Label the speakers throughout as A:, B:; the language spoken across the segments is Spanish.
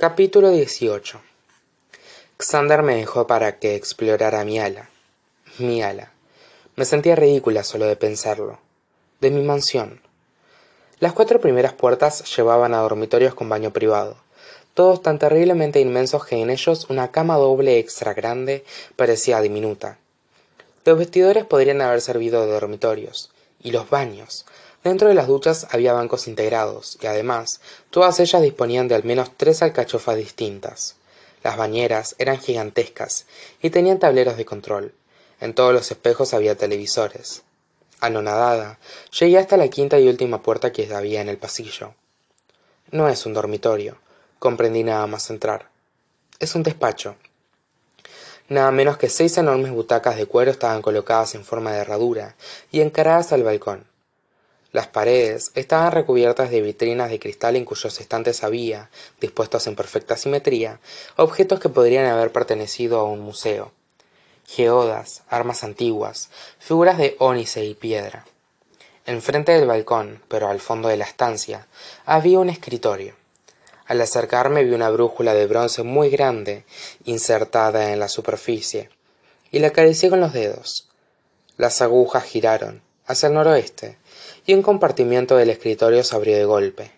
A: Capítulo 18. Xander me dejó para que explorara mi ala. Mi ala. Me sentía ridícula solo de pensarlo. De mi mansión. Las 4 primeras puertas llevaban a dormitorios con baño privado, todos tan terriblemente inmensos que en ellos una cama doble extra grande parecía diminuta. Los vestidores podrían haber servido de dormitorios. Y los baños. Dentro de las duchas había bancos integrados, y además, todas ellas disponían de al menos 3 alcachofas distintas. Las bañeras eran gigantescas, y tenían tableros de control. En todos los espejos había televisores. Anonadada, llegué hasta la 5ª y última puerta que había en el pasillo. No es un dormitorio, comprendí nada más entrar. Es un despacho. Nada menos que 6 enormes butacas de cuero estaban colocadas en forma de herradura y encaradas al balcón. Las paredes estaban recubiertas de vitrinas de cristal en cuyos estantes había, dispuestos en perfecta simetría, objetos que podrían haber pertenecido a un museo. Geodas, armas antiguas, figuras de ónice y piedra. Enfrente del balcón, pero al fondo de la estancia, había un escritorio. Al acercarme vi una brújula de bronce muy grande, insertada en la superficie, y la acaricié con los dedos. Las agujas giraron, hacia el noroeste, y un compartimiento del escritorio se abrió de golpe.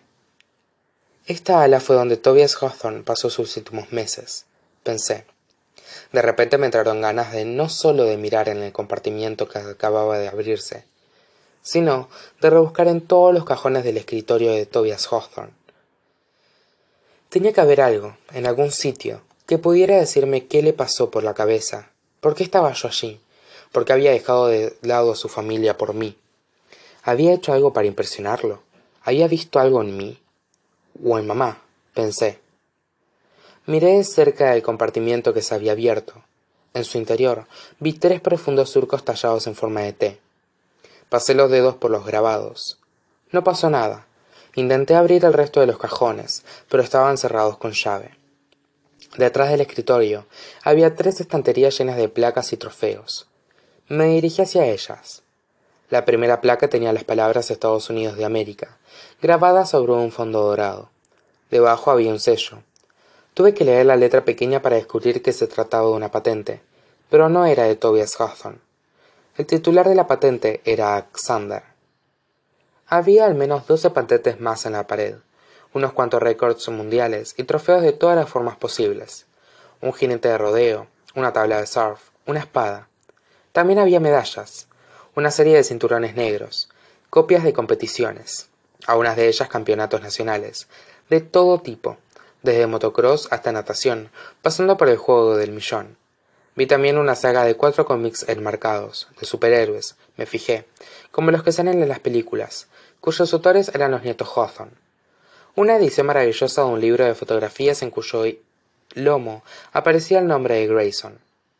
A: Esta ala fue donde Tobias Hawthorne pasó sus últimos meses, pensé. De repente me entraron ganas de no solo de mirar en el compartimiento que acababa de abrirse, sino de rebuscar en todos los cajones del escritorio de Tobias Hawthorne. Tenía que haber algo, en algún sitio, que pudiera decirme qué le pasó por la cabeza, por qué estaba yo allí, por qué había dejado de lado a su familia por mí. ¿Había hecho algo para impresionarlo? ¿Había visto algo en mí? O en mamá, pensé. Miré de cerca el compartimiento que se había abierto. En su interior vi 3 profundos surcos tallados en forma de T. Pasé los dedos por los grabados. No pasó nada. Intenté abrir el resto de los cajones, pero estaban cerrados con llave. Detrás del escritorio había 3 estanterías llenas de placas y trofeos. Me dirigí hacia ellas. La primera placa tenía las palabras Estados Unidos de América, grabadas sobre un fondo dorado. Debajo había un sello. Tuve que leer la letra pequeña para descubrir que se trataba de una patente, pero no era de Tobias Hawthorne. El titular de la patente era Xander. Había al menos 12 patentes más en la pared, unos cuantos récords mundiales y trofeos de todas las formas posibles. Un jinete de rodeo, una tabla de surf, una espada. También había medallas, una serie de cinturones negros, copias de competiciones, algunas de ellas campeonatos nacionales, de todo tipo, desde motocross hasta natación, pasando por el juego del millón. Vi también una saga de 4 cómics enmarcados, de superhéroes, me fijé, como los que salen en las películas, cuyos autores eran los nietos Hawthorne. Una edición maravillosa de un libro de fotografías en cuyo lomo aparecía el nombre de Grayson.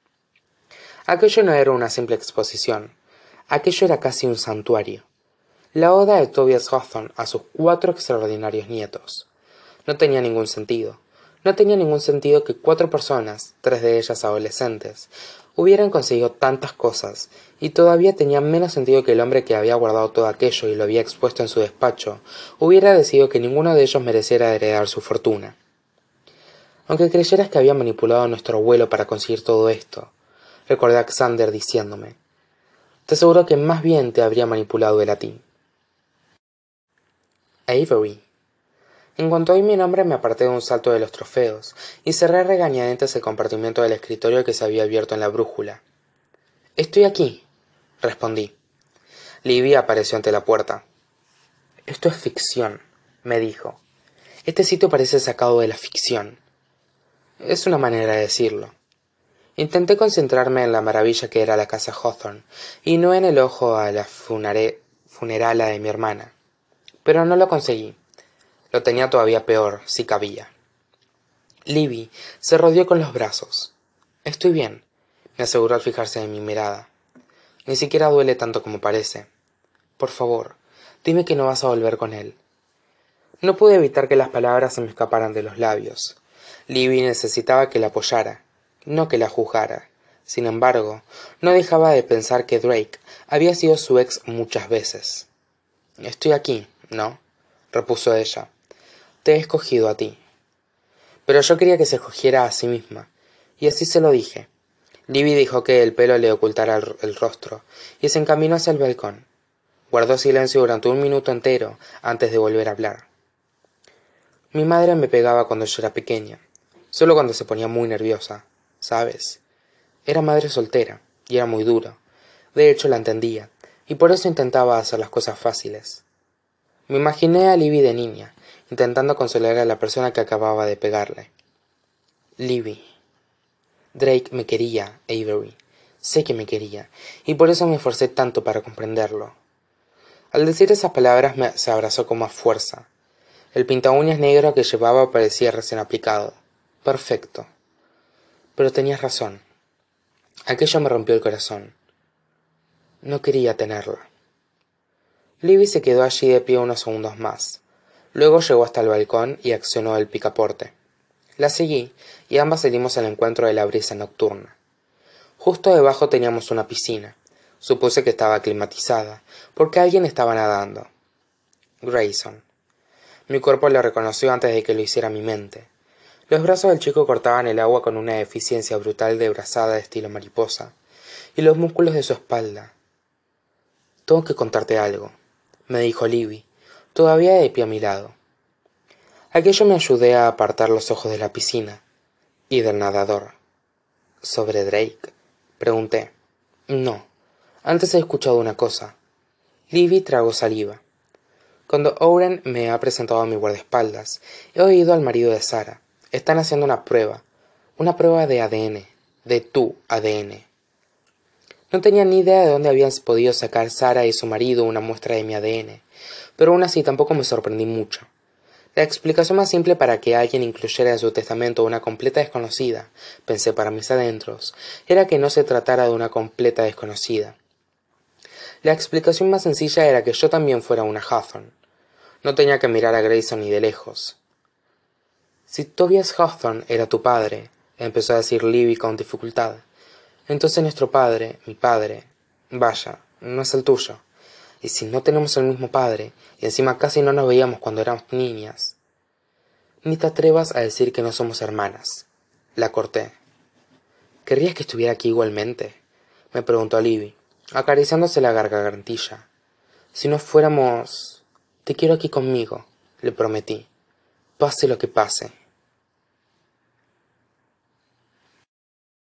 A: Aquello no era una simple exposición, aquello era casi un santuario. La oda de Tobias Hawthorne a sus 4 extraordinarios nietos. No tenía ningún sentido. No tenía ningún sentido que 4 personas, 3 de ellas adolescentes, hubieran conseguido tantas cosas, y todavía tenía menos sentido que el hombre que había guardado todo aquello y lo había expuesto en su despacho, hubiera decidido que ninguno de ellos mereciera heredar su fortuna. Aunque creyeras que había manipulado a nuestro abuelo para conseguir todo esto, recordé a Xander diciéndome, te aseguro que más bien te habría manipulado el a ti. Avery. En cuanto oí mi nombre me aparté de un salto de los trofeos y cerré regañadientes el compartimiento del escritorio que se había abierto en la brújula. «Estoy aquí», respondí. Libby apareció ante la puerta. «Esto es ficción», me dijo. «Este sitio parece sacado de la ficción». Es una manera de decirlo. Intenté concentrarme en la maravilla que era la casa Hawthorne y no en el ojo a la funerala de mi hermana. Pero no lo conseguí. Lo tenía todavía peor, si cabía. Libby se rodeó con los brazos. «Estoy bien», me aseguró al fijarse en mi mirada. «Ni siquiera duele tanto como parece. Por favor, dime que no vas a volver con él». No pude evitar que las palabras se me escaparan de los labios. Libby necesitaba que la apoyara, no que la juzgara. Sin embargo, no dejaba de pensar que Drake había sido su ex muchas veces. «Estoy aquí, ¿no?», repuso ella. «Te he escogido a ti». pero yo quería que se escogiera a sí misma, y así se lo dije. Libby dijo que el pelo le ocultara el rostro, y se encaminó hacia el balcón. Guardó silencio durante 1 minuto entero antes de volver a hablar. Mi madre me pegaba cuando yo era pequeña, solo cuando se ponía muy nerviosa, ¿sabes? Era madre soltera, y era muy duro. De hecho, la entendía, y por eso intentaba hacer las cosas fáciles. Me imaginé a Libby de niña, intentando consolar a la persona que acababa de pegarle. Libby. Drake me quería, Avery. Sé que me quería, y por eso me esforcé tanto para comprenderlo. Al decir esas palabras se abrazó con más fuerza. El pintauñas negro que llevaba parecía recién aplicado. Perfecto. Pero tenías razón. Aquello me rompió el corazón. No quería tenerla. Libby se quedó allí de pie unos segundos más. Luego llegó hasta el balcón y accionó el picaporte. La seguí, y ambas salimos al encuentro de la brisa nocturna. Justo debajo teníamos una piscina. Supuse que estaba climatizada, porque alguien estaba nadando. Grayson. Mi cuerpo lo reconoció antes de que lo hiciera mi mente. Los brazos del chico cortaban el agua con una eficiencia brutal de brazada de estilo mariposa, y los músculos de su espalda. Tengo que contarte algo, me dijo Libby, todavía de pie a mi lado. Aquello me ayudé a apartar los ojos de la piscina y del nadador. ¿Sobre Drake? Pregunté. No. Antes he escuchado una cosa. Libby tragó saliva. Cuando Oren me ha presentado a mi guardaespaldas, he oído al marido de Sara. Están haciendo una prueba de ADN, de tu ADN. No tenía ni idea de dónde habían podido sacar Sara y su marido una muestra de mi ADN, pero aún así tampoco me sorprendí mucho. La explicación más simple para que alguien incluyera en su testamento a una completa desconocida, pensé para mis adentros, era que no se tratara de una completa desconocida. La explicación más sencilla era que yo también fuera una Hawthorne. No tenía que mirar a Grayson ni de lejos. Si Tobias Hawthorne era tu padre, empezó a decir Libby con dificultad, entonces nuestro padre, mi padre, vaya, no es el tuyo. Y si no tenemos el mismo padre, y encima casi no nos veíamos cuando éramos niñas. Ni te atrevas a decir que no somos hermanas. La corté. ¿Querrías que estuviera aquí igualmente? Me preguntó Libby, acariciándose la gargantilla. Si no fuéramos... Te quiero aquí conmigo, le prometí. Pase lo que pase.